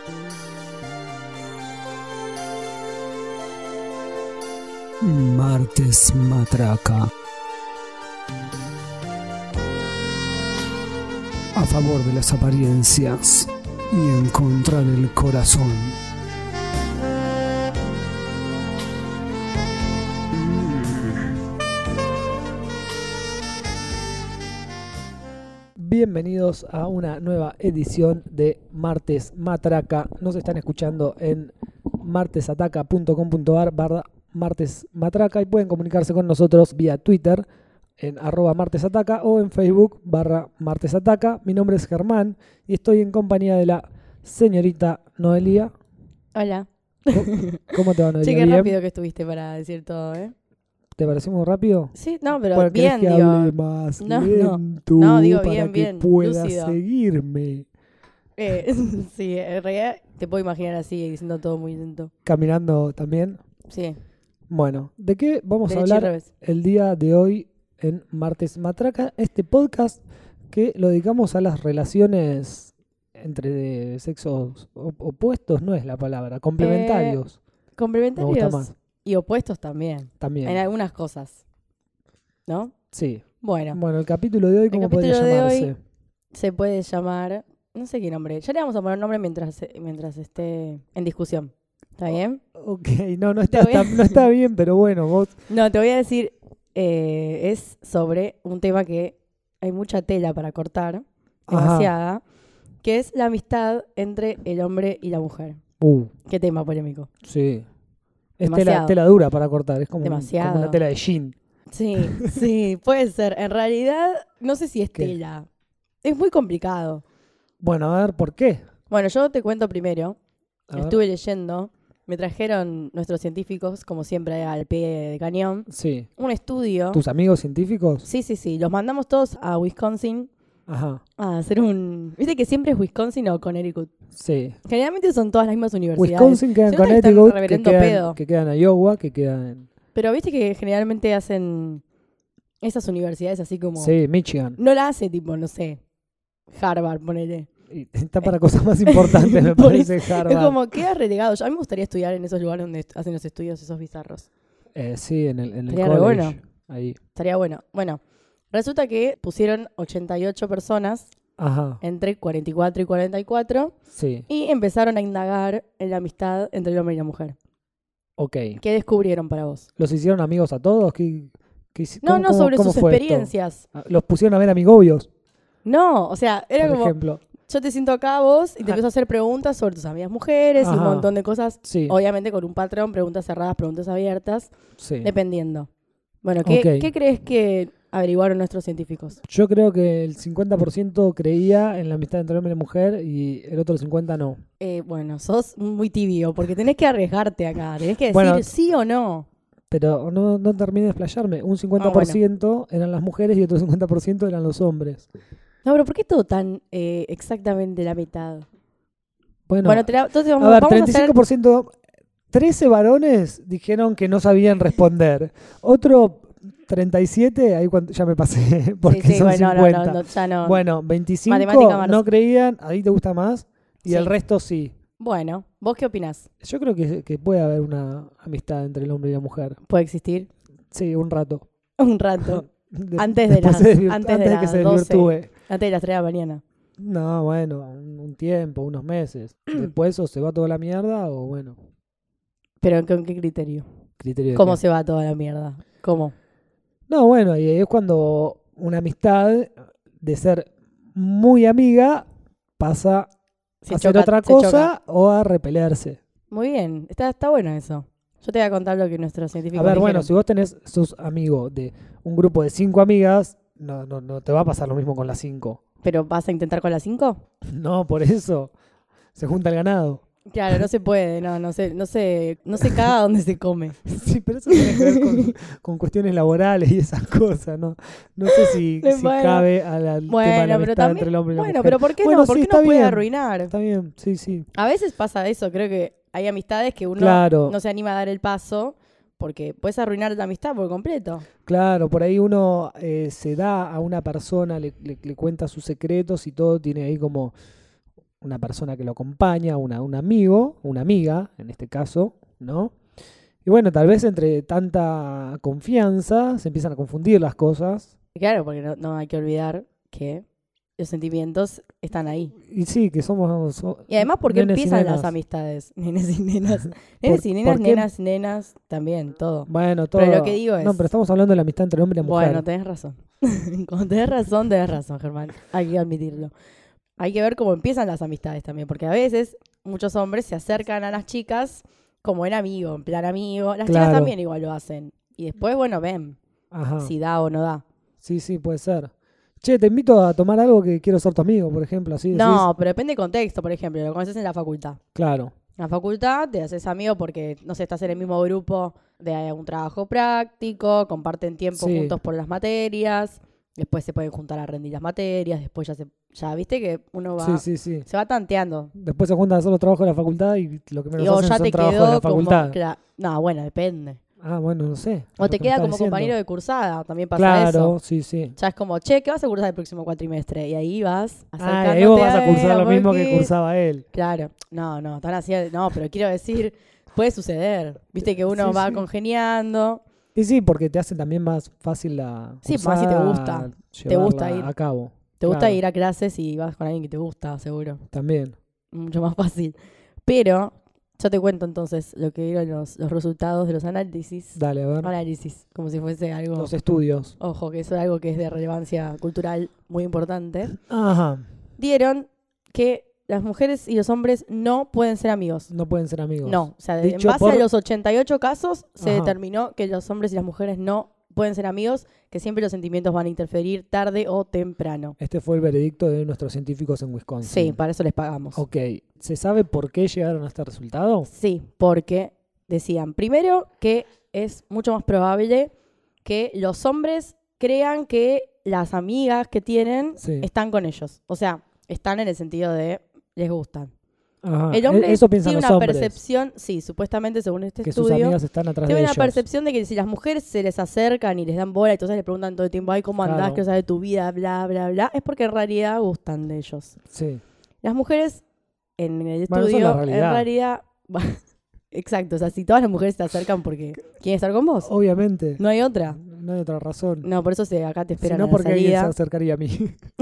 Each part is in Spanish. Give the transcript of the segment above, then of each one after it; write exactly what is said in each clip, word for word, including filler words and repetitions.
Martes Matraca. A favor de las apariencias y en contra del corazón. Bienvenidos a una nueva edición de Martes Matraca. Nos están escuchando en martesataca punto com punto ar barra Martes Matraca y pueden comunicarse con nosotros vía Twitter en arroba martesataca o en Facebook barra martesataca. Mi nombre es Germán y estoy en compañía de la señorita Noelia. Hola. ¿Cómo te va, Noelia? Che, qué ¿Bien? rápido que estuviste para decir todo, ¿eh? ¿Te pareció muy rápido? Sí, no, pero Bueno, bien, ¿querés que digo. hable más No, no. lento No, digo, para bien, que bien, puedas lúcido. seguirme? Eh, sí, en realidad te puedo imaginar así, diciendo todo muy lento. ¿Caminando también? Sí. Bueno, ¿de qué vamos Derecho a y hablar revés. el día de hoy en Martes Matraca? Este podcast que lo dedicamos a las relaciones entre sexos op- opuestos, no es la palabra, complementarios. Me Complementarios gusta más. y opuestos también. También. En algunas cosas. ¿No? Sí. Bueno, Bueno, el capítulo de hoy, ¿cómo podría capítulo de llamarse? hoy- se puede llamar, no sé qué nombre. Ya le vamos a poner nombre mientras, mientras esté en discusión. ¿Está bien? Ok, no, no está, Te voy a- está- no está bien, pero bueno, vos... No, te voy a decir, eh, es sobre un tema que hay mucha tela para cortar, Ajá. demasiada, que es la amistad entre el hombre y la mujer. Uh, Qué tema polémico. sí. Es tela, Demasiado. tela dura para cortar, es como, un- Demasiado. como una tela de jean. Sí, sí, puede ser. En realidad, no sé si es ¿Qué? tela. Es muy complicado. Bueno, a ver, ¿por qué? Bueno, yo te cuento primero. A ver. Estuve leyendo, me trajeron nuestros científicos, como siempre, al pie de cañón, Sí. un estudio. ¿Tus amigos científicos? Sí, sí, sí. Los mandamos todos a Wisconsin Ajá, a hacer un... Viste que siempre es Wisconsin o Connecticut. sí. Generalmente son todas las mismas universidades. Wisconsin queda en Se nota que están Connecticut, que reverendo queda, pedo. en, que queda en Iowa, que queda en... Pero viste que generalmente hacen esas universidades así como... Sí, Michigan. No la hace tipo, no sé, Harvard, ponele. Y está para cosas más importantes, me Por parece, Harvard. Es como, queda relegado. Yo- a mí me gustaría estudiar en esos lugares donde est- hacen los estudios esos bizarros. Eh, sí, en el, en el Estaría re college. bueno. Ahí. Estaría bueno. Bueno, resulta que pusieron ochenta y ocho personas Ajá, entre cuarenta y cuatro y cuarenta y cuatro sí. y empezaron a indagar en la amistad entre el hombre y la mujer. Ok. ¿Qué descubrieron para vos? ¿Los hicieron amigos a todos? ¿Qué, qué hici- No, cómo- no, cómo- sobre cómo sus fue esto? experiencias. Ah, ¿Los pusieron a ver amigobios, No, o sea, era por como, ejemplo? yo te siento acá a vos y te Ajá. empiezo a hacer preguntas sobre tus amigas mujeres y un Ajá. montón de cosas. Sí, Obviamente con un patrón, preguntas cerradas, preguntas abiertas, sí. dependiendo. Bueno, ¿qué, Ok. ¿qué crees que averiguaron nuestros científicos? Yo creo que el cincuenta por ciento creía en la amistad entre hombre y mujer y el otro cincuenta por ciento no. Eh, bueno, sos muy tibio porque tenés que arriesgarte acá. Tenés que decir Bueno, sí o no. Pero no, no terminé de explayarme. Un cincuenta por ciento eran las mujeres y otro cincuenta por ciento eran los hombres. No, pero ¿por qué todo tan eh, exactamente la mitad? Bueno, Bueno, te la- entonces vamos, a ver, vamos treinta y cinco por ciento, trece varones dijeron que no sabían responder. Otro treinta y siete, ahí cuando, ya me pasé, porque sí, sí, son bueno, no, cincuenta. no, no, ya no. Bueno, veinticinco Matemática más. no creían, ahí te gusta más, y Sí. el resto sí. Bueno, ¿vos qué opinás? Yo creo que, que puede haber una amistad entre el hombre y la mujer. ¿Puede existir? Sí, un rato. Un rato. De- Antes de después las- se desvirt- antes de que las se doce. desvirtúe. Antes de las tres de la mañana. No, bueno, un, un tiempo, unos meses. Después o se va toda la mierda o bueno, ¿Pero con qué criterio? criterio de ¿Cómo qué. se va toda la mierda? ¿Cómo? No, bueno, y ahí es cuando una amistad de ser muy amiga pasa Se a hacer choca- otra se choca. cosa o a repelerse. Muy bien, está, está bueno eso. Yo te voy a contar lo que nuestros A científicos ver, bueno, dijeron. si vos tenés, sos amigo de un grupo de cinco amigas, no, no, no te va a pasar lo mismo con las cinco. ¿Pero vas a intentar con las cinco? No, por eso se junta el ganado. Claro, no se puede, no, no se, no se, no se caga donde se come. Sí, pero eso tiene que ver con, con cuestiones laborales y esas cosas, ¿no? No sé si, si Bueno. cabe al, al tema de la Bueno, pero amistad también, entre el hombre y la bueno, mujer. pero ¿por qué Bueno, no? ¿Por sí, qué está no puede bien. arruinar? Está bien, sí, sí. A veces pasa eso, creo que hay amistades que uno Claro. no se anima a dar el paso porque puedes arruinar la amistad por completo. Claro, por ahí uno eh, se da a una persona, le, le, le cuenta sus secretos y todo tiene ahí como una persona que lo acompaña, una, un amigo, una amiga, en este caso, ¿no? Y bueno, tal vez entre tanta confianza se empiezan a confundir las cosas. Claro, porque no, no hay que olvidar que los sentimientos están ahí. Y sí, que somos... so- Y además, porque nenes y empiezan nenas. las amistades? Nenes y nenas. Nenes y ¿Por- nenas, por qué? nenas, nenas, también, todo. Bueno, todo... Pero lo que digo es- No, pero estamos hablando de la amistad entre hombre y mujer. Bueno, tenés razón. Cuando tenés razón, tenés razón, Germán. Hay que admitirlo. Hay que ver cómo empiezan las amistades también, porque a veces muchos hombres se acercan a las chicas como en amigo, en plan amigo. Las Claro. chicas también igual lo hacen. Y después, bueno, ven Ajá. si da o no da. Sí, sí, puede ser. Che, te invito a tomar algo que quiero ser tu amigo, por ejemplo, así decís. No, pero depende del contexto, por ejemplo, lo conoces en la facultad. Claro. En la facultad te haces amigo porque, no sé, estás en el mismo grupo de un trabajo práctico, comparten tiempo Sí. juntos por las materias, después se pueden juntar a rendir las materias, después ya se, ya viste que uno va, Sí, sí, sí. se va tanteando. Después se juntan a hacer los trabajos de la facultad y lo que menos Y o hacen ya son te trabajos de la quedó como, facultad. cla- no, bueno, depende. Ah, bueno, no sé. O lo te que me queda estás como diciendo. compañero de cursada, también pasa Claro, eso. sí, sí. Ya es como, che, ¿qué vas a cursar el próximo cuatrimestre? Y ahí vas Ah, y acercándote ahí vos vas a él, cursar lo mismo que porque- cursaba él. Claro, no, no, tan así, no, pero quiero decir, puede suceder. Viste que uno Sí, va sí. congeniando. Y sí, porque te hace también más fácil la Sí, más si te cursada, gusta. Te llevarla gusta ir. a cabo. Te gusta Claro, ir a clases y vas con alguien que te gusta, seguro. También. Mucho más fácil. Pero, yo te cuento entonces lo que eran los, los resultados de los análisis. Dale, a ver. Análisis, como si fuese algo. Los estudios. Ojo, que eso es algo que es de relevancia cultural muy importante. Ajá. Dieron que las mujeres y los hombres no pueden ser amigos. No pueden ser amigos. No, o sea, de- en Dicho base por- a los ochenta y ocho casos se Ajá. determinó que los hombres y las mujeres no pueden ser amigos, que siempre los sentimientos van a interferir tarde o temprano. Este fue el veredicto de nuestros científicos en Wisconsin. Sí, para eso les pagamos. Ok. ¿Se sabe por qué llegaron a este resultado? Sí, porque decían, primero, que es mucho más probable que los hombres crean que las amigas que tienen Sí. están con ellos. O sea, están en el sentido de les gustan. Ajá. El hombre E- Eso piensan tiene los una hombres. percepción, sí, supuestamente según este Que sus estudio, amigas están atrás tiene de una ellos. percepción de que si las mujeres se les acercan y les dan bola, entonces le preguntan todo el tiempo, ay, ¿cómo andás? Claro. ¿Qué sabes de tu vida? Bla, bla, bla. Es porque en realidad gustan de ellos. Sí. Las mujeres, en el Bueno, eso es estudio, la realidad. en realidad... Exacto, o sea, si todas las mujeres se acercan porque quieren estar con vos, Obviamente. no hay otra. No hay otra razón. No, por eso se, acá te Si esperan no, a la porque alguien se salida. acercaría a mí.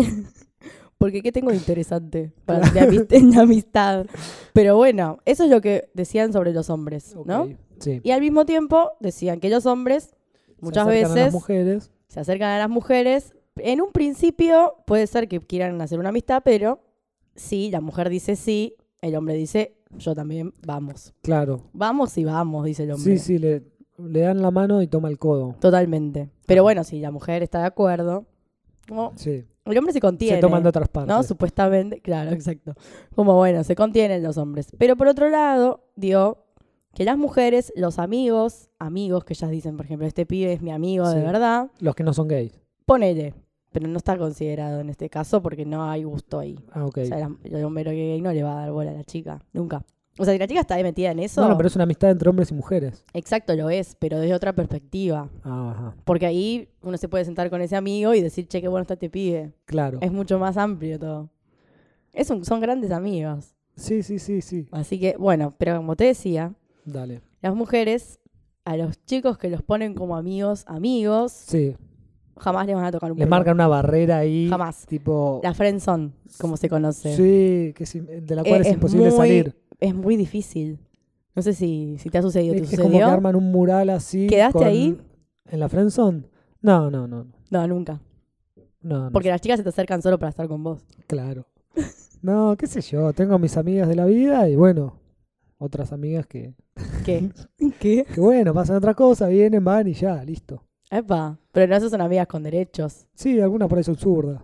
Porque ¿qué tengo de interesante para de amist- en amistad? Pero bueno, eso es lo que decían sobre los hombres, ¿no? Ok, Sí. Y al mismo tiempo decían que los hombres muchas se acercan a las veces mujeres. se acercan a las mujeres. En un principio puede ser que quieran hacer una amistad, pero si la mujer dice sí, el hombre dice yo también, vamos. Claro. Vamos y vamos, dice el hombre. Sí, sí, le, le dan la mano y toma el codo. Totalmente. Pero bueno, si la mujer está de acuerdo, como Sí. el hombre se contiene. Se toman de otras partes. ¿No? Supuestamente, claro, exacto. Como bueno, se contienen los hombres. Pero por otro lado, dio que las mujeres, los amigos, amigos que ellas dicen, por ejemplo, este pibe es mi amigo de Sí. verdad, Los que no son gays. ponele. Pero no está considerado en este caso porque no hay gusto ahí. Ah, ok. O sea, la- el hombre gay no le va a dar bola a la chica, nunca. O sea, si la chica está ahí metida en eso, Bueno, pero es una amistad entre hombres y mujeres. exacto lo es, pero desde otra perspectiva. Ajá. Porque ahí uno se puede sentar con ese amigo y decir, che, qué bueno está este pibe. Claro. Es mucho más amplio todo. Es un- son grandes amigos. Sí, sí, sí, sí. Así que, bueno, pero como te decía, Dale. las mujeres, a los chicos que los ponen como amigos, amigos, Sí. jamás les van a tocar un Les pelo. marcan una barrera ahí. Jamás. Tipo. La friendzone, como se conoce. Sí, que es im- de la cual Eh, es, es imposible muy- salir. Es muy difícil. No sé si, si te ha sucedido. ¿Te Es, es como que sucedió? arman un mural así. ¿Quedaste con- ahí? ¿En la friendzone? No, no, no. No, nunca. No, no. Porque las chicas se te acercan solo para estar con vos. Claro. No, qué sé yo. Tengo mis amigas de la vida y bueno, otras amigas que, ¿Qué? ¿Qué? que bueno, pasan otras cosas, vienen, van y ya, listo. Epa. Pero no, esas son amigas con derechos. Sí, algunas por ahí son zurdas.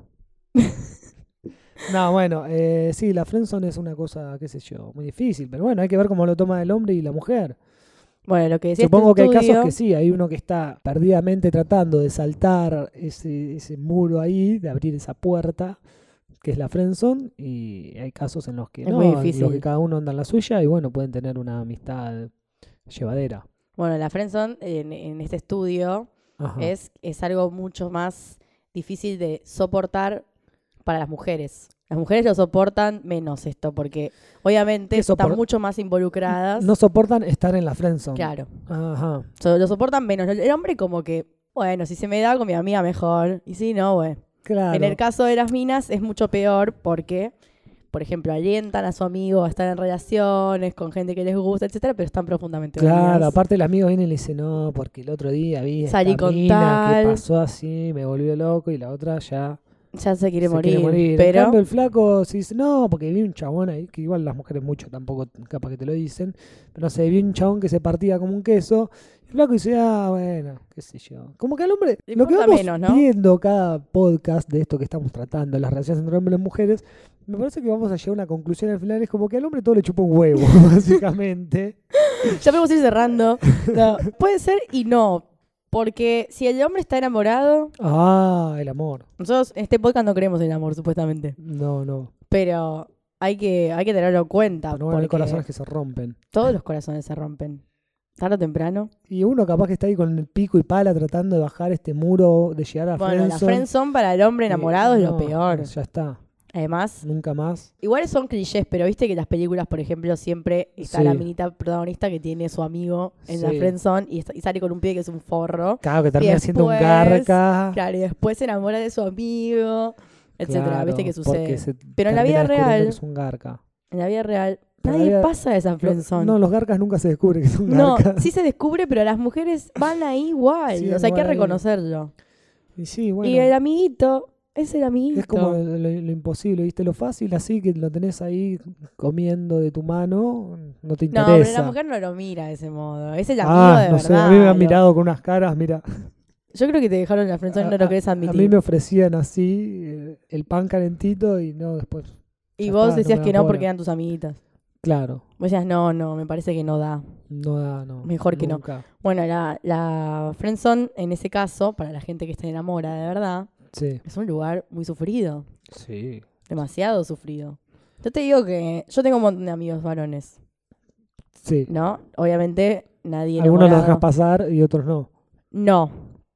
No, bueno, eh, sí, la friendzone es una cosa, qué sé yo, muy difícil. Pero bueno, hay que ver cómo lo toma el hombre y la mujer. Bueno, lo que decía Supongo este que hay estudio, casos que sí, hay uno que está perdidamente tratando de saltar ese, ese muro ahí, de abrir esa puerta, que es la friendzone, y hay casos en los que Es no, muy en los difícil. que cada uno anda en la suya y bueno, pueden tener una amistad llevadera. Bueno, la friendzone en, en este estudio Ajá. es, es algo mucho más difícil de soportar para las mujeres. Las mujeres lo soportan menos esto, porque obviamente están sopor- mucho más involucradas. No soportan estar en la friendzone. Claro. Ajá. So, lo soportan menos. El hombre como que, bueno, si se me da con mi amiga mejor. Y si no, bueno. Claro. En el caso de las minas es mucho peor porque, por ejemplo, alientan a su amigo a estar en relaciones con gente que les gusta, etcétera, pero están profundamente Claro, unidas. aparte el amigo viene y le dice, no, porque el otro día vi esta Salí con mina tal. que pasó así, me volvió loco, y la otra ya Ya se quiere se morir. quiere morir. En Pero cambio el flaco se dice, no, porque vi un chabón ahí, que igual las mujeres mucho tampoco capaz que te lo dicen, pero no sé, vi un chabón que se partía como un queso, y el flaco dice, ah, bueno, qué sé yo. Como que al hombre, Le lo que importa vamos menos, ¿no? viendo cada podcast de esto que estamos tratando, las relaciones entre hombres y mujeres, me parece que vamos a llegar a una conclusión al final, es como que al hombre todo le chupa un huevo, básicamente. ya podemos ir cerrando. No, puede ser y no. Porque si el hombre está enamorado, Ah, el amor. nosotros en este podcast no creemos en el amor, supuestamente. No, no. Pero hay que, hay que tenerlo en cuenta. Pero bueno, hay porque corazones que se rompen. todos los corazones se rompen. Tarde o temprano. Y uno capaz que está ahí con el pico y pala tratando de bajar este muro, de llegar a Bueno, la friendzone. friendzone para el hombre enamorado Eh, es lo no, peor. Ya está. Además, Nunca más. igual son clichés, pero viste que las películas, por ejemplo, siempre está Sí. la minita protagonista que tiene su amigo en la Sí. friendzone y, está- y sale con un pibe que es un forro. Claro, que termina siendo un después, garca. Claro, y después se enamora de su amigo, etcétera. Claro, ¿Viste que porque sucede? se Pero en la termina vida descubriendo real- que es un garca. En la vida real, Pero nadie la vida- pasa de esa Lo- friendzone. No, los garcas nunca se descubre que son No, garcas. sí se descubre, pero las mujeres van ahí igual. Sí, o sea, hay que van ahí. reconocerlo. Y sí, bueno. Y el amiguito es el amiguito. Es como lo, lo imposible, ¿viste? Lo fácil así que lo tenés ahí comiendo de tu mano, no te No, interesa. pero la mujer no lo mira de ese modo. Es el amigo Ah, de no verdad. sé, a mí me han lo- mirado con unas caras, mira. Yo creo que te dejaron en la friendzone y no A- lo a- querés A admitir. mí me ofrecían así eh, el pan calentito y no después. y ya vos está, no decías me que da no bola. porque eran tus amiguitas. Claro, Vos decías, no, no, me parece que no da. no da, no. Mejor que no. nunca. Bueno, la, la friendzone, en ese caso, para la gente que está enamora de verdad, Sí, es un lugar muy sufrido. sí. Demasiado sufrido. Yo te digo que yo tengo un montón de amigos varones, Sí. ¿no? Obviamente nadie Algunos los enamorado. dejas pasar y otros no. No.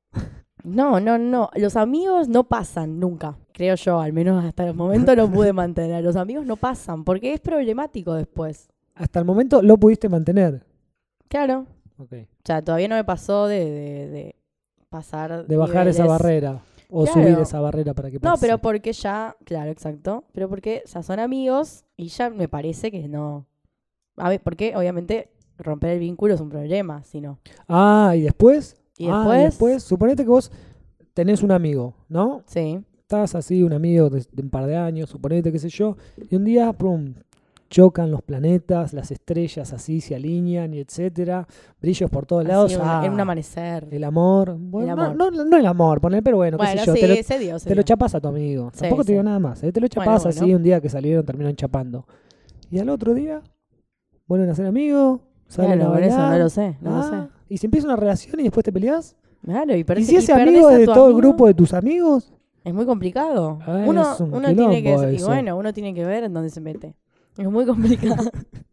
No, no, no. Los amigos no pasan nunca. Creo yo, al menos hasta el momento no pude mantener. Los amigos no pasan porque es problemático después. Hasta el momento lo pudiste mantener. Claro. Ok. O sea, todavía no me pasó de, de, de pasar. De bajar esa niveles. barrera. O Claro. subir esa barrera para que pase. No, pero porque ya, claro, exacto. Pero porque ya son amigos y ya me parece que no. A ver, porque obviamente romper el vínculo es un problema, si no. Ah, ¿y después? Y Ah, después. después, suponete que vos tenés un amigo, ¿no? Sí. Estás así, un amigo de, de un par de años, suponete, qué sé yo, y un día, pum, chocan los planetas, las estrellas así se alinean y etcétera, brillos por todos lados. Así, un- ah, en un amanecer. el amor. Bueno, El no- amor. No, no, el amor, poner, pero bueno, qué Bueno, sé yo, sí, te lo, se dio, se te lo dio. chapas a tu amigo. Sí, Tampoco te sí. digo nada más, ¿eh? Te lo chapas Bueno, así, bueno. un día que salieron, terminan chapando. Y al otro día, vuelven a ser amigos, salen Claro, a por eso bailar. no lo sé, no lo ah, sé. Y si empieza una relación y después te peleas. Claro, y, perdés- ¿Y si ese perdés amigo a es de tu todo el amigo, grupo de tus amigos? es muy complicado. Ah, uno es un uno tiene que quilombo y eso. bueno, uno tiene que ver en dónde se mete. Es muy complicado.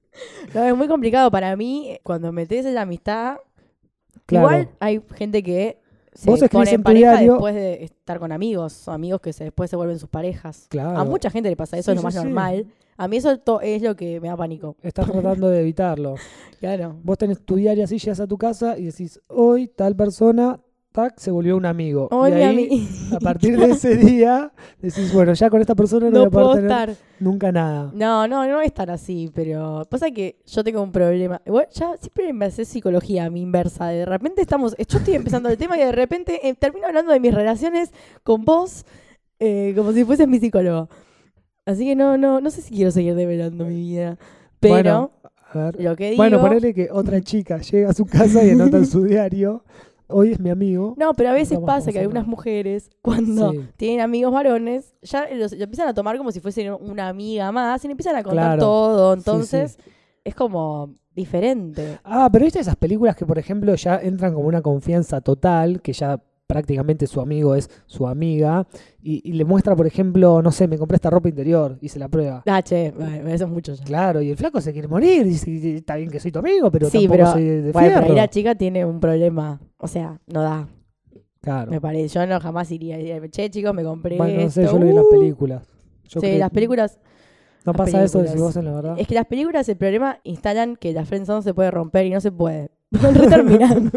No, es muy complicado para mí cuando metes en la amistad. Claro. Igual hay gente que se Vos escribís pone en en tu pareja diario- después de estar con amigos, o amigos que se, después se vuelven sus parejas. Claro. A mucha gente le pasa eso, Sí, es lo sí, más sí. normal. A mí eso to- es lo que me da pánico. Estás tratando de evitarlo. Claro. Vos tenés tu diario así, llegas a tu casa y decís, hoy tal persona, tac, se volvió un amigo. Hoy y mi ahí, ami- a partir de ese día, decís, bueno, ya con esta persona no, voy no a poder puedo tener estar. nunca nada. No, no, no es tan así, pero pasa que yo tengo un problema. Igual ya siempre me hace psicología a mi inversa. De repente estamos, yo estoy empezando el tema y de repente eh, termino hablando de mis relaciones con vos eh, como si fueses mi psicólogo. Así que no, no, no sé si quiero seguir develando mi vida. Pero Bueno, a ver. lo que digo. Bueno, ponele que otra chica llega a su casa y anota en su diario, hoy es mi amigo. No, pero a veces Vamos, pasa vamos que a algunas hablar. mujeres, cuando Sí. tienen amigos varones, ya los, lo empiezan a tomar como si fuesen una amiga más y le empiezan a contar Claro. todo. Sí, Entonces, es como diferente. Ah, pero viste esas películas que, por ejemplo, ya entran como una confianza total, que ya prácticamente su amigo es su amiga, y, y le muestra, por ejemplo, no sé, me compré esta ropa interior y se la prueba. Ah, che, bueno, eso es mucho ya. Claro, y el flaco se quiere morir, dice, está bien que soy tu amigo, pero Sí, tampoco pero, soy de Bueno, pero ahí fierro. la chica tiene un problema. O sea, no da. Claro. Me parece, yo no jamás iría, diría, che, chicos, me compré Bueno, no sé, esto. yo lo vi en las uh". películas. Yo Sí, creo- las películas... No las pasa eso películas. si vos en la verdad. Es que las películas, el problema, instalan que la friendzone se puede romper y no se puede. Reterminan.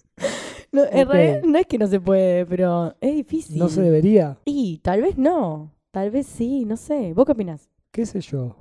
No, en Ok. realidad no es que no se puede, pero es difícil. No se debería. Y tal vez no. Tal vez sí, no sé. ¿Vos qué opinás? ¿Qué sé yo?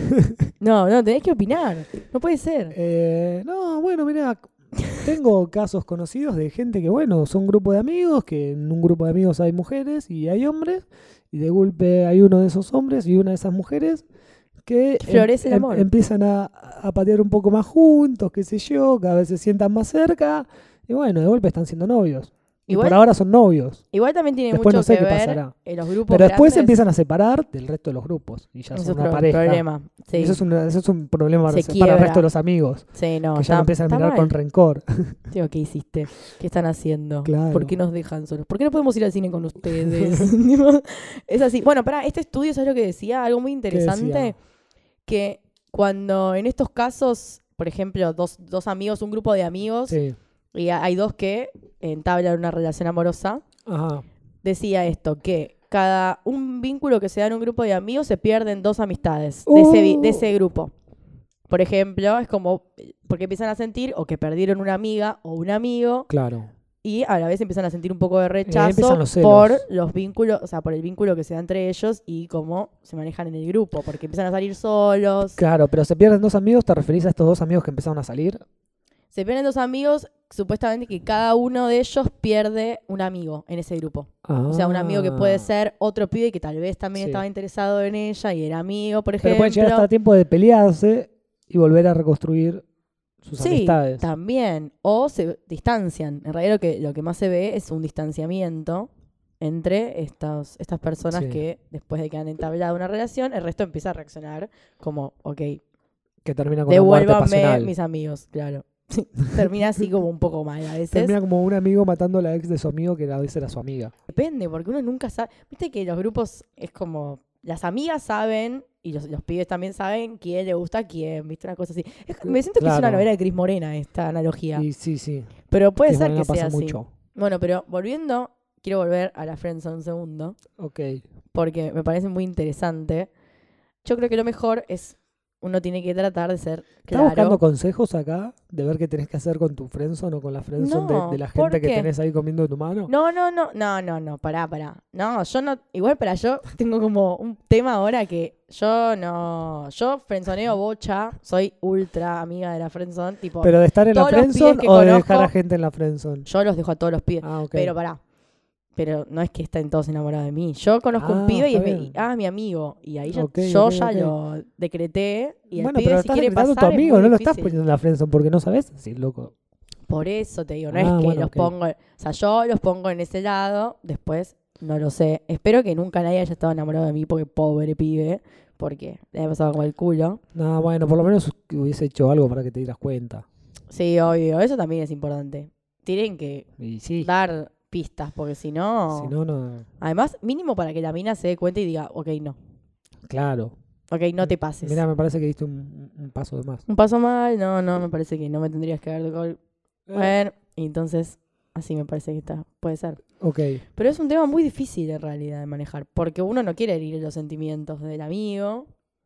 No, no, tenés que opinar. No puede ser. Eh, no, bueno, mira, tengo casos conocidos de gente que, bueno, son un grupo de amigos, que en un grupo de amigos hay mujeres y hay hombres, y de golpe hay uno de esos hombres y una de esas mujeres que em- Florece el em- amor. empiezan a, a patear un poco más juntos, qué sé yo, cada vez se sientan más cerca, y bueno, de golpe están siendo novios. Y Igual, por ahora son novios. igual también tiene Después mucho no sé que qué ver pasará. en los grupos Pero después se grandes. empiezan a separar del resto de los grupos, y ya Eso son es una pro- pareja. problema. Sí. Y eso es, una- eso es un problema para, Se para el resto quiebra. de los amigos. Sí, no, que ya está, lo empiezan a está mirar mal. con rencor. Digo, ¿qué hiciste? ¿Qué están haciendo? Claro. ¿Por qué nos dejan solos? ¿Por qué no podemos ir al cine con ustedes? Tipo, es así. Bueno, pará, este estudio, ¿sabes lo que decía? Algo muy interesante. decía? Que cuando en estos casos, por ejemplo, dos, dos amigos, un grupo de amigos, Sí. y ha- hay dos que entablan una relación amorosa, Ajá. decía esto, que cada un vínculo que se da en un grupo de amigos se pierden dos amistades de, ese, vi- de ese Uh. grupo. Por ejemplo, es como, porque empiezan a sentir o que perdieron una amiga o un amigo Claro. y a la vez empiezan a sentir un poco de empiezan rechazo los celos. por los vínculos, o sea, por el vínculo que se da entre ellos y cómo se manejan en el grupo, porque empiezan a salir solos. Claro, pero se pierden dos amigos, ¿te referís a estos dos amigos que empezaron a salir? Se pierden dos amigos, supuestamente que cada uno de ellos pierde un amigo en ese grupo. O sea, un amigo que puede ser otro pibe que tal vez también Sí. estaba interesado en ella y era amigo, por ejemplo. Pero puede llegar hasta tiempo de pelearse y volver a reconstruir sus Sí, amistades. también. O se distancian. En realidad lo que, lo que más se ve es un distanciamiento entre estos, estas personas Sí. que después de que han entablado una relación, el resto empieza a reaccionar como, ok, Que termina con una muerte devuélvanme pasional. mis amigos, claro. Sí, termina así como un poco mal a veces. Termina como un amigo matando a la ex de su amigo que a veces era su amiga. Depende, porque uno nunca sabe. Viste que los grupos es como. Las amigas saben, y los, los pibes también saben quién le gusta a quién, ¿viste? Una cosa así. Es- me siento que es una Claro. novela de Cris Morena esta analogía. Y sí, sí. Pero puede Que ser Morena que sea pasa así. mucho. Bueno, pero volviendo, quiero volver a la friendzone un segundo, Ok. porque me parece muy interesante. Yo creo que lo mejor es. Uno tiene que tratar de ser ¿Estás claro. buscando consejos acá de ver qué tenés que hacer con tu friendzone o con la friendzone No, de, de la ¿por gente que qué? tenés ahí comiendo tu mano? No, no, no, no, no, no, pará, pará. No, yo no, igual para yo tengo como un tema ahora que yo no, yo frenzoneo bocha, soy ultra amiga de la frenzone, tipo, ¿Pero de estar en la todos los pibes friendzone que o de conozco- dejar a gente en la friendzone? yo los dejo a todos los pibes, Ah, ok. pero pará. Pero no es que estén todos enamorados de mí. Yo conozco Ah, un pibe y es está mi, bien. ah, mi amigo. Y ahí ya, Ok, yo ok, ya ok. lo decreté. Y el Bueno, pibe pero si estás quiere decretando pasar tu es amigo, muy no lo estás difícil. poniendo en la friendzone porque no sabes. Sí, loco. Por eso te digo, no Ah, es que bueno, los ok. pongo, o sea, yo los pongo en ese lado, después no lo sé. Espero que nunca nadie haya estado enamorado de mí porque pobre pibe, porque le he pasado como el culo. No, bueno, por lo menos que hubiese hecho algo para que te dieras cuenta. Sí, obvio, eso también es importante. Tienen que Y sí, dar pistas, porque si no, si no, no. además, mínimo para que la mina se dé cuenta y diga, ok, no, Claro. ok, no te pases. Mira, me parece que diste un, un paso de más. Un paso mal, no, no, me parece que no me tendrías que dar de gol. Eh, Bueno, y entonces, así me parece que está, puede ser. ok. Pero es un tema muy difícil en realidad de manejar, porque uno no quiere herir los sentimientos del amigo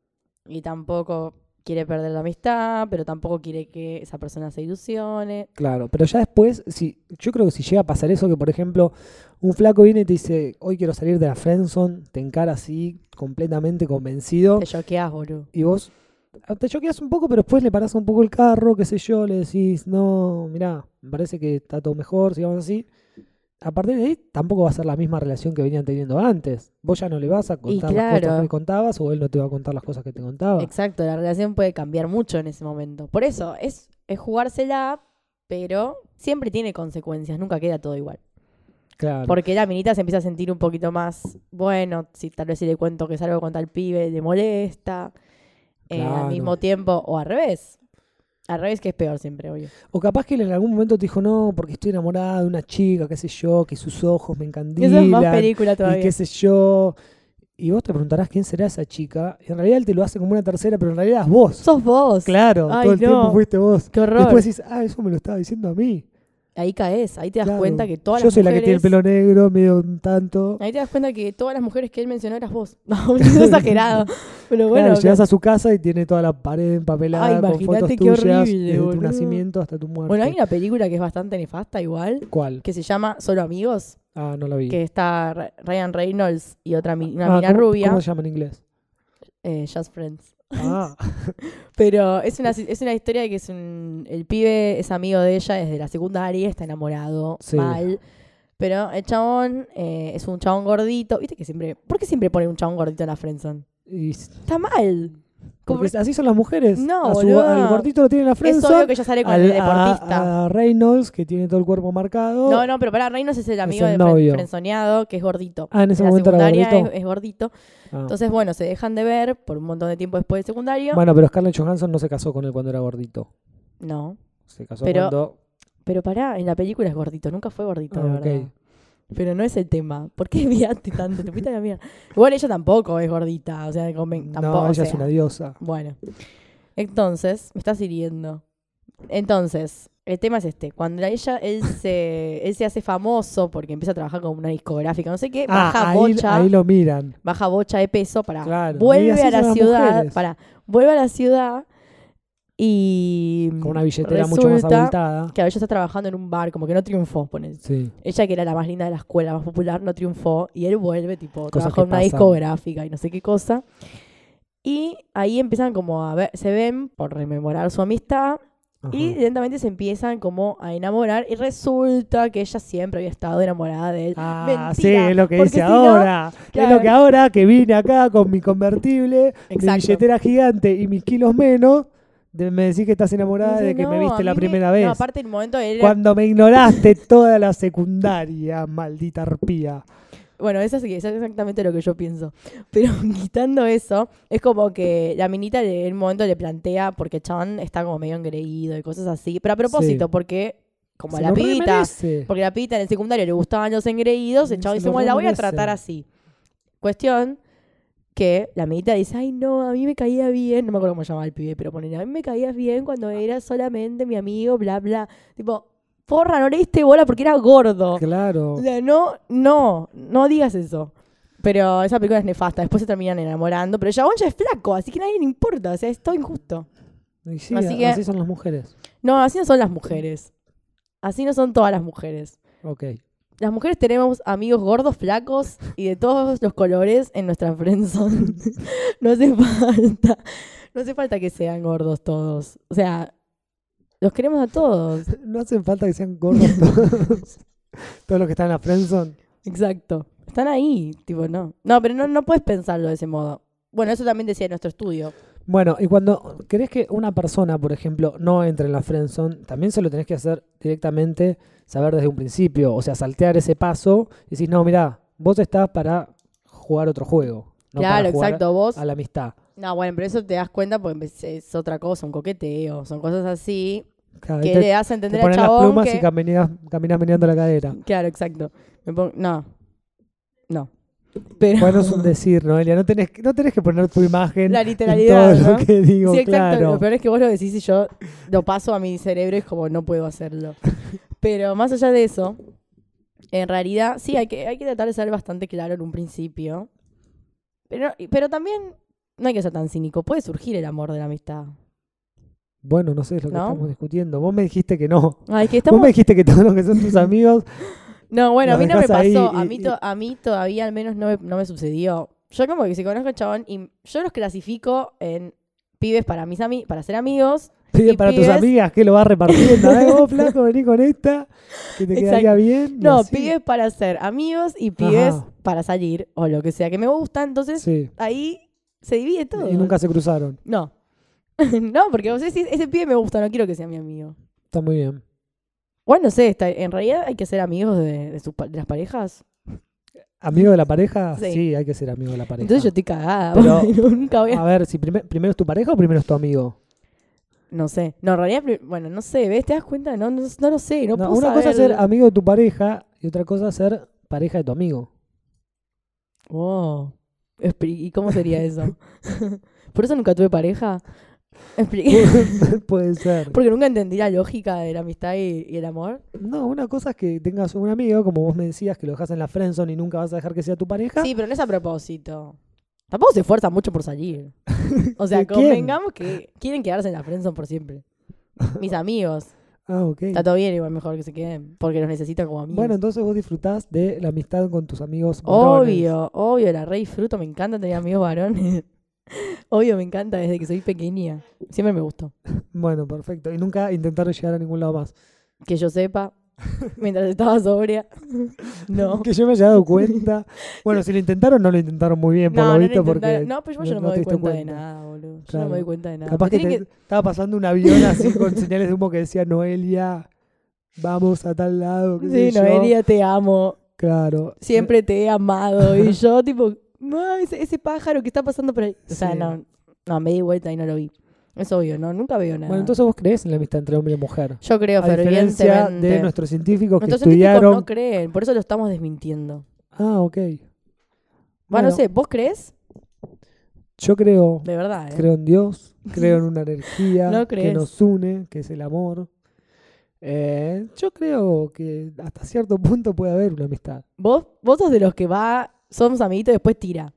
y tampoco quiere perder la amistad, pero tampoco quiere que esa persona se ilusione. Claro, pero ya después, si, yo creo que si llega a pasar eso, que por ejemplo, un flaco viene y te dice, hoy quiero salir de la friendzone, te encara así, completamente convencido, Te choqueas, boludo. y vos te choqueas un poco, pero después le parás un poco el carro, qué sé yo, le decís, no, mirá, me parece que está todo mejor, sigamos así. A partir de ahí tampoco va a ser la misma relación que venían teniendo antes. Vos ya no le vas a contar las claro. cosas que le contabas o él no te va a contar las cosas que te contaba. Exacto, la relación puede cambiar mucho en ese momento. Por eso, es, es jugársela, pero siempre tiene consecuencias, nunca queda todo igual. Claro. Porque la minita se empieza a sentir un poquito más, bueno, si tal vez si le cuento que salgo con tal pibe, le molesta. Eh, Claro. al mismo tiempo, o al revés. Al revés, que es peor siempre, obvio. O capaz que él en algún momento te dijo, no, porque estoy enamorada de una chica, qué sé yo, que sus ojos me encandilan. Eso es más película y todavía. qué sé yo. Y vos te preguntarás quién será esa chica. Y en realidad él te lo hace como una tercera, pero en realidad es vos. Sos vos. Claro, Ay, todo el no. tiempo fuiste vos. Qué horror. Después decís, ah, eso me lo estaba diciendo a mí. ahí caes, ahí te das Claro. cuenta que todas Yo las soy mujeres... la que tiene el pelo negro, medio un tanto. Ahí te das cuenta que todas las mujeres que él mencionó eras vos. No, es exagerado. Pero bueno, Claro, llegas a su casa y tiene toda la pared empapelada Ay, con imagínate fotos qué tuyas horrible, desde tu boludo. nacimiento hasta tu muerte. bueno, hay una película que es bastante nefasta igual, ¿Cuál? que se llama Solo Amigos, Ah, no la vi. que está Ra- Ryan Reynolds y otra mi- una Ah, mina ¿cómo, rubia, ¿Cómo se llama en inglés? eh, Just Friends. Ah, Pero es una, es una historia de que es un, el pibe es amigo de ella desde la secundaria, está enamorado, Sí. mal. Pero el chabón eh, es un chabón gordito. ¿Viste que siempre... ¿Por qué siempre ponen un chabón gordito en la friendzone? y, Está mal. Como- porque así son las mujeres. No, A su- boluda. al gordito lo tiene en la es friendzone. obvio que ella sale con al- el deportista. A, a Reynolds, que tiene todo el cuerpo marcado. No, no, pero para Reynolds es el amigo el de novio. fren- frenzoneado, que es gordito. Ah, en ese la momento era secundaria gordito. Es, es gordito. Ah. Entonces, bueno, se dejan de ver por un montón de tiempo después del secundario. Bueno, pero Scarlett Johansson no se casó con él cuando era gordito. No. Se casó Pero- cuando... Pero pará, en la película es gordito, nunca fue gordito, de Ah, verdad. ok. Pero no es el tema. ¿Por qué enviaste tanto? Te fuiste a la mierda. Igual ella tampoco es gordita. O sea, conven- tampoco. No, o ella es sea, una diosa. Bueno. Entonces, me estás hiriendo. Entonces, el tema es este. Cuando ella, él se, él se hace famoso porque empieza a trabajar con una discográfica, no sé qué, Ah, baja ahí, bocha, ahí lo miran. baja bocha de peso para Claro. Y vuelve así a son la las ciudad, mujeres. para vuelve a la ciudad y Con una billetera mucho más resulta abultada. que ella está trabajando en un bar, como que no triunfó, ponele. Sí. Ella, que era la más linda de la escuela, más popular, no triunfó. Y él vuelve, tipo, Cosas trabaja en que una pasan. discográfica y no sé qué cosa. Y ahí empiezan como a ver, se ven por rememorar su amistad. Ajá. Y lentamente se empiezan como a enamorar. Y resulta que ella siempre había estado enamorada de él. Ah, sí, Mentira, es lo que porque dice si no- ahora. Es claro. lo que ahora que vine acá con mi convertible, mi Exacto. billetera gigante y mis kilos menos, de- me decís que estás enamorada Dice, de que me "No, viste a la mí me-". primera vez. No, aparte en el momento él era- Cuando me ignoraste toda la secundaria, maldita arpía. Bueno, eso sí, eso es exactamente lo que yo pienso. Pero quitando eso, es como que la minita le- en un momento le plantea, porque el chabón está como medio engreído y cosas así. Pero a propósito, Sí. porque como Se la lo pibita, remerece. porque la pibita en el secundario le gustaban los engreídos, el Se chabón dice, lo bueno, la voy a remerece. tratar así. Cuestión que la minita dice, ay no, a mí me caía bien, no me acuerdo cómo se llamaba el pibe, pero ponele, a mí me caías bien cuando era solamente mi amigo, bla, bla. Tipo, porra, no le diste bola porque era gordo. Claro. O sea, no, no, no digas eso. Pero esa película es nefasta. Después se terminan enamorando. Pero el chabón ya es flaco, así que a nadie le importa. O sea, es todo injusto. Y sí, Así así, que- son las mujeres. No, así no son las mujeres. Así no son todas las mujeres. Ok. Las mujeres tenemos amigos gordos, flacos y de todos los colores en nuestra friendzone. No hace falta. No hace falta que sean gordos todos. O sea, los queremos a todos. No hacen falta que sean gordos todos. Todos los que están en la friendzone. Exacto. Están ahí, tipo, no. No, pero no, no puedes pensarlo de ese modo. Bueno, eso también decía nuestro estudio. Bueno, y cuando querés que una persona, por ejemplo, no entre en la friendzone, también se lo tenés que hacer directamente, saber desde un principio. O sea, saltear ese paso y decís, no, mirá, vos estás para jugar otro juego. No claro, para jugar exacto. Vos. a la amistad. No, bueno, pero eso te das cuenta porque es otra cosa, un coqueteo, son cosas así Claro, que y te, le hace te entender al pones las chabón plumas que... y caminas, caminas meneando la cadera. Claro, exacto. Me pongo... No. No. Pero... Bueno, es un decir, Noelia. No tenés, que- no tenés que poner tu imagen la en literalidad, todo ¿no? lo que digo, Sí, exacto. claro. Lo peor es que vos lo decís y yo lo paso a mi cerebro y es como no puedo hacerlo. Pero más allá de eso, en realidad sí hay que, hay que tratar de ser bastante claro en un principio. Pero, pero también no hay que ser tan cínico. Puede surgir el amor de la amistad. Bueno, no sé, es lo que ¿No? estamos discutiendo. Vos me dijiste que no. Ay, que Vos estamos... me dijiste que todos los que son tus amigos... No, bueno, a Lo mí no me dejás ahí pasó. y- a, mí y- to- a mí todavía al menos no me, no me sucedió. Yo como que si conozco al chabón y yo los clasifico en pibes para mis ami para ser amigos. Pide Y para tus pibes- amigas que lo vas repartiendo. ¿Eh? Vos, flaco, vení con esta, que te Exacto. quedaría bien. y No, así. pibes para ser amigos y pibes Ajá. para salir o lo que sea que me gusta. Entonces Sí. ahí se divide todo. Y nunca se cruzaron. No. No, porque vos decís, ese pibe me gusta, no quiero que sea mi amigo. Está muy bien. Bueno, no sé, está, en realidad hay que ser amigos de, de, sus pa- de las parejas. ¿Amigo de la pareja? Sí. Sí, hay que ser amigo de la pareja. Entonces yo estoy cagada. Pero- porque nunca voy a... A ver, si prime- primero es tu pareja o primero es tu amigo. No sé. No, en realidad, pri- bueno, no sé, ¿ves? ¿Te das cuenta? No, no, no lo sé, no, No, puedo una cosa es ser saberlo. amigo de tu pareja y otra cosa es ser pareja de tu amigo. Wow. Expli- ¿Y cómo sería eso? ¿Por eso nunca tuve pareja? Explique. Puede ser. Porque nunca entendí la lógica de la amistad y, y el amor. No, una cosa es que tengas un amigo, como vos me decías, que lo dejas en la friendzone y nunca vas a dejar que sea tu pareja. Sí, pero no es a propósito. Tampoco se esfuerzan mucho por salir. O sea, ¿Quién? convengamos que quieren quedarse en la friendzone por siempre. Mis amigos. Ah, ok. Está todo bien, igual mejor que se queden. Porque los necesitan como amigos. Bueno, entonces vos disfrutás de la amistad con tus amigos varones. Obvio, obvio, la re disfruto. Me encanta tener amigos varones. Obvio, me encanta desde que soy pequeña. Siempre me gustó. Bueno, perfecto. Y nunca intentaron llegar a ningún lado más. Que yo sepa, mientras estaba sobria. No. Que yo me haya dado cuenta. Bueno, si lo intentaron, no lo intentaron muy bien, por No, lo no, lo visto, porque intentaron. No, pero yo no, no me te doy diste cuenta, de cuenta. nada, boludo. Yo Claro. no me doy cuenta de nada. capaz Me que tienen te- estaba pasando un avión así con señales de humo que decía Noelia, vamos a tal lado. qué Sí, sé yo. Noelia, te amo. Claro. Siempre te he amado. Y yo, tipo, no, ese, ese pájaro que está pasando por ahí. O sea, Sí. no, no, me di vuelta y no lo vi. Es obvio, no, nunca veo nada. Bueno, entonces vos crees en la amistad entre hombre y mujer. yo creo A diferencia fervientemente. de nuestros científicos que Nuestros científicos estudiaron. no creen, por eso lo estamos desmintiendo. Ah, ok. Bueno, Bueno. no sé, ¿vos crees? Yo creo, De verdad, ¿eh? creo en Dios, creo en una energía No que crees. nos une, que es el amor. Eh, yo creo que hasta cierto punto puede haber una amistad. ¿Vos, vos sos de los que va, somos amiguitos y después tira.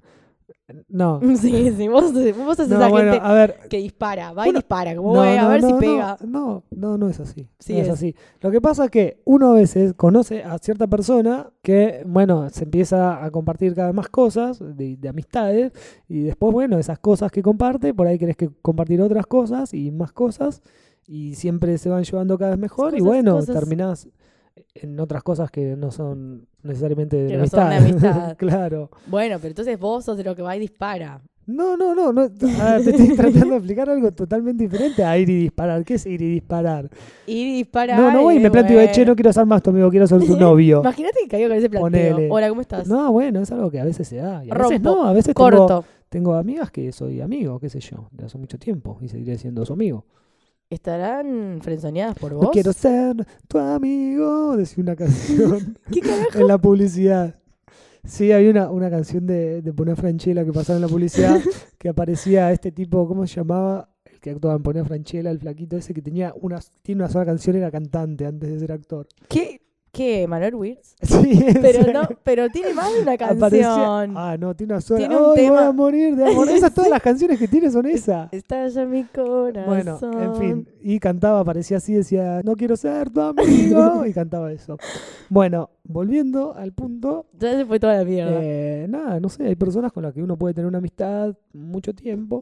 No. Sí, sí, vos, sos- vos sos No, esa bueno, gente a ver. que dispara, va y Uno- dispara, como No, "Voy a no, ver no, si no, pega". No, no, no es así. Sí no es es. así. Lo que pasa es que uno a veces conoce a cierta persona que, bueno, se empieza a compartir cada vez más cosas de, de amistades y después, bueno, esas cosas que comparte, por ahí querés que compartir otras cosas y más cosas y siempre se van llevando cada vez mejor y Cosas, bueno, cosas. terminás en otras cosas que no son necesariamente de Que la no son amistad. de amistad. Claro. Bueno, pero entonces vos sos de los que va y dispara. No, no, no, no. A ver, te estoy tratando de explicar algo totalmente diferente a ir y disparar. ¿Qué es ir y disparar? Ir y disparar. No, no voy y me eh, planteo de, bueno. che, no quiero ser más tu amigo, quiero ser tu novio. Imagínate que caigo con ese planteo. Ponele. Hola, ¿cómo estás? No, bueno, es algo que a veces se da. Y a veces Rompo. no, a veces tengo, Corto. tengo amigas que soy amigo, qué sé yo, de hace mucho tiempo y seguiré siendo su amigo. ¿Estarán frenzoneadas por No vos? quiero ser tu amigo, decía una canción ¿Qué carajo? en la publicidad. Sí, había una, una canción de, de Ponea Franchella que pasaba en la publicidad que aparecía este tipo, ¿cómo se llamaba? El que actuaba en Ponea Franchella, el flaquito ese que tenía una, tiene una sola canción, era cantante antes de ser actor. ¿Qué? ¿Qué? ¿Manuel Wirtz? Sí, Pero ese. no, pero tiene más de una Aparecía- canción. Ah, no, tiene una sola. Tiene un ¡Ay, tema- voy a morir de amor! Esas todas Sí. las canciones que tiene son esas. Estalla mi corazón. Bueno, en fin, y cantaba, aparecía así, decía, no quiero ser tu amigo, y cantaba eso. Bueno, volviendo al punto, Ya se fue toda la mierda. eh, nada, no sé, hay personas con las que uno puede tener una amistad mucho tiempo,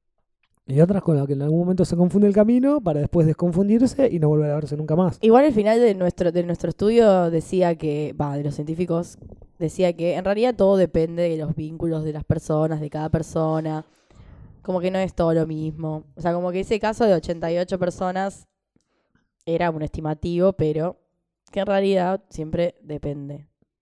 y otras con las que en algún momento se confunde el camino para después desconfundirse y no volver a verse nunca más. Igual el final de nuestro, de nuestro estudio decía que, va, de los científicos, decía que en realidad todo depende de los vínculos de las personas, de cada persona. Como que no es todo lo mismo. O sea, como que ese caso de ochenta y ocho personas era un estimativo, pero que en realidad siempre depende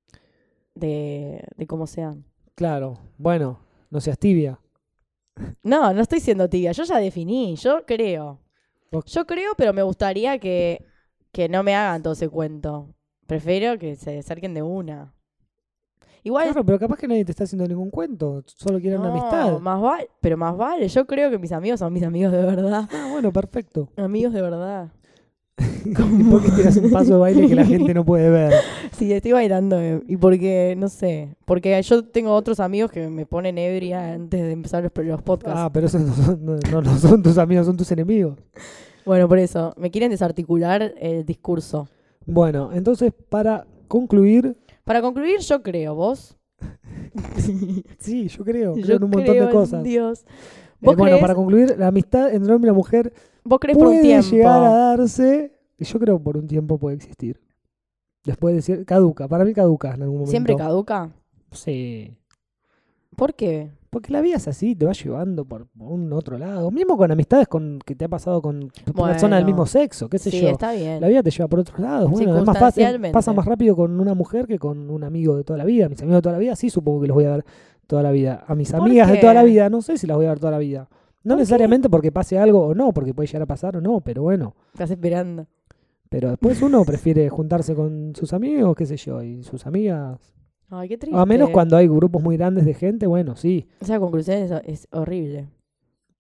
de, de cómo sean. Claro, bueno, no seas tibia. No, no estoy siendo tibia, yo ya definí, yo creo. Vos- Yo creo, pero me gustaría que, que no me hagan todo ese cuento. Prefiero que se acerquen de una. Igual, Claro, pero capaz que nadie te está haciendo ningún cuento, solo quieren una no, amistad. más vale, pero más vale, yo creo que mis amigos son mis amigos de verdad. Ah, bueno, perfecto. Amigos de verdad. ¿Y por qué tiras un paso de baile que la gente no puede ver? Sí, estoy bailando eh, y porque, no sé, porque yo tengo otros amigos que me ponen ebria antes de empezar los, los podcasts. Ah, pero esos no son, no, no- no son tus amigos, son tus enemigos. Bueno, por eso, me quieren desarticular el discurso. Bueno, entonces para concluir, Para concluir, yo creo, ¿vos? sí, yo creo, creo Yo en un montón creo de en cosas. Dios. Eh, ¿Vos, bueno, crees, para concluir, la amistad entre hombre y la mujer vos crees por un puede tiempo? llegar a darse, y yo creo por un tiempo puede existir. Después de decir, caduca, para mí caduca en algún momento. ¿Siempre caduca? Sí. ¿Por qué? Porque la vida es así, te va llevando por un otro lado. Mismo con amistades con que te ha pasado con personas del Bueno. mismo sexo, qué sé Sí, yo. está bien. La vida te lleva por otros lados. Bueno, es más fácil, Circunstancialmente. pasa más rápido con una mujer que con un amigo de toda la vida. Mis amigos de toda la vida, sí, supongo que los voy a ver toda la vida. A mis ¿Por amigas de qué? toda la vida, no sé si las voy a ver toda la vida. No ¿Por necesariamente porque pase algo o no, porque puede llegar a pasar o no, pero bueno. Estás esperando. Pero después uno prefiere juntarse con sus amigos, qué sé yo, y sus amigas. Ay, qué triste. A menos cuando hay grupos muy grandes de gente, bueno, sí. Esa conclusión es, es horrible.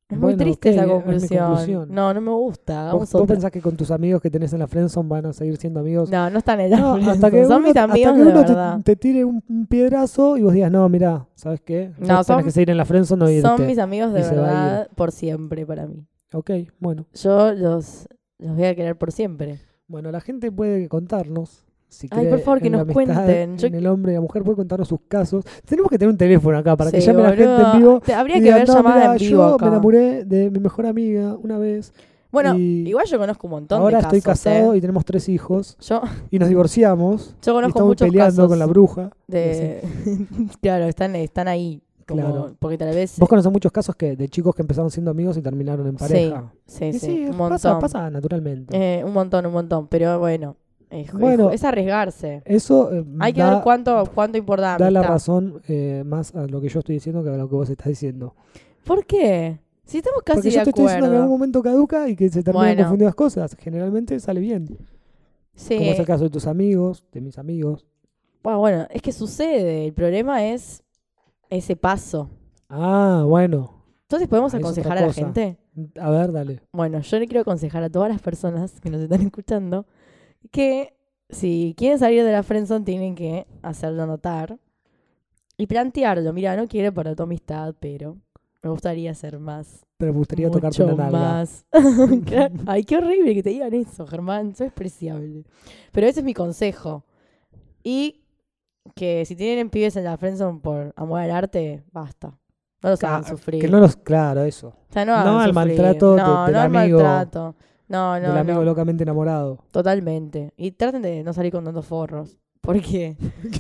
Es muy Bueno, triste ok, esa es mi conclusión. conclusión. No, no me gusta. ¿Vos, Hagamos vos otra. pensás que con tus amigos que tenés en la friendzone van a seguir siendo amigos? No, no están en la No, friendzone. hasta que Son uno, mis hasta amigos que de uno verdad. te, te tire un, un piedrazo y vos digas, no, mirá, ¿sabes qué? Vos No, tenés son- que seguir en la friendzone o irte. Son mis amigos de y se va a ir. verdad por siempre para mí. Ok, bueno. Yo los, los voy a querer por siempre. Bueno, la gente puede contarnos. Si Ay, cree por favor, que en la nos amistad, cuenten. Yo- En el hombre y la mujer puede contarnos sus casos. Tenemos que tener un teléfono acá para que Sí, llame la gente boludo. en vivo. Te- Habría y que digan, ver "No, llamadas mirá, en vivo yo acá. me enamoré de mi mejor amiga una vez. Bueno, y igual yo conozco un montón ahora de casos. estoy casado ¿eh? y tenemos tres hijos. Yo, Y nos divorciamos. yo Y conozco estamos muchos peleando casos con la bruja. de... claro, están, están ahí. Como, Claro. Porque tal vez... Vos conocés muchos casos que de chicos que empezaron siendo amigos y terminaron en pareja. Sí, Y sí, sí, un pasa, montón. pasa naturalmente. Eh, un montón, un montón. Pero bueno, es, Bueno. es, es arriesgarse. Eso eh, Hay que da, ver cuánto, cuánto importa la da la amistad. razón eh, más a lo que yo estoy diciendo que a lo que vos estás diciendo. ¿Por qué? Si estamos casi Porque de yo te estoy diciendo que en acuerdo. algún momento caduca y que se terminan Bueno. confundiendo las cosas. Generalmente sale bien. Sí. Como es el caso de tus amigos, de mis amigos. Bueno, bueno, es que sucede. El problema es ese paso. Ah, bueno. Entonces, ¿podemos Ah, es aconsejar otra a la cosa. gente? A ver, dale. Bueno, yo le quiero aconsejar a todas las personas que nos están escuchando que si quieren salir de la friendzone tienen que hacerlo notar y plantearlo. Mira, no quiero para tu amistad, pero me gustaría ser más. Pero me gustaría tocarte mucho una nalga. más. Claro. Ay, qué horrible que te digan eso, Germán. Eso es preciable. Pero ese es mi consejo. Y que si tienen pibes en la friendzone por amor al arte, basta. No los hagan Ca- sufrir. Que no los... Claro, eso. O sea, no, no hagan al sufrir. maltrato de- no, del no al amigo- maltrato. No, no, del amigo no. locamente enamorado. Totalmente. Y traten de no salir con tantos forros. Porque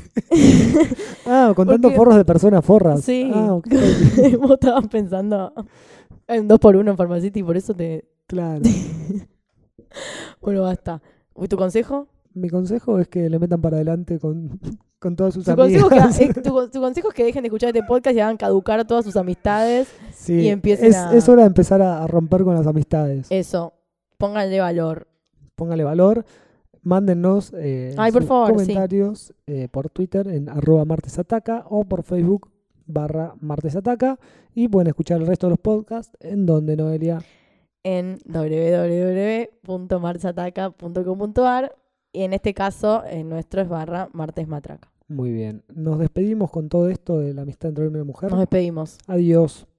Ah, con tantos Porque- forros de personas forras. Sí. Ah, ok. vos estabas pensando en dos por uno en Pharmacity y por eso te... Claro. Bueno, basta. ¿Y tu consejo? Mi consejo es que le metan para adelante con, con todas sus Tu amigas. consejo, que, eh, tu, tu consejo es que dejen de escuchar este podcast y hagan caducar todas sus amistades. Sí, y empiecen es, a- es hora de empezar a, a romper con las amistades. Eso. Pónganle valor. Póngale valor. Mándennos eh, Ay, por sus favor, sí. comentarios eh, por Twitter en arroba martesataca o por Facebook barra martesataca. Y pueden escuchar el resto de los podcasts en donde, Noelia. En w w w punto martesataca punto com punto a r y en este caso, en nuestro es barra martesmatraca. Muy bien. Nos despedimos con todo esto de la amistad entre hombre y mujer. Nos despedimos. Adiós.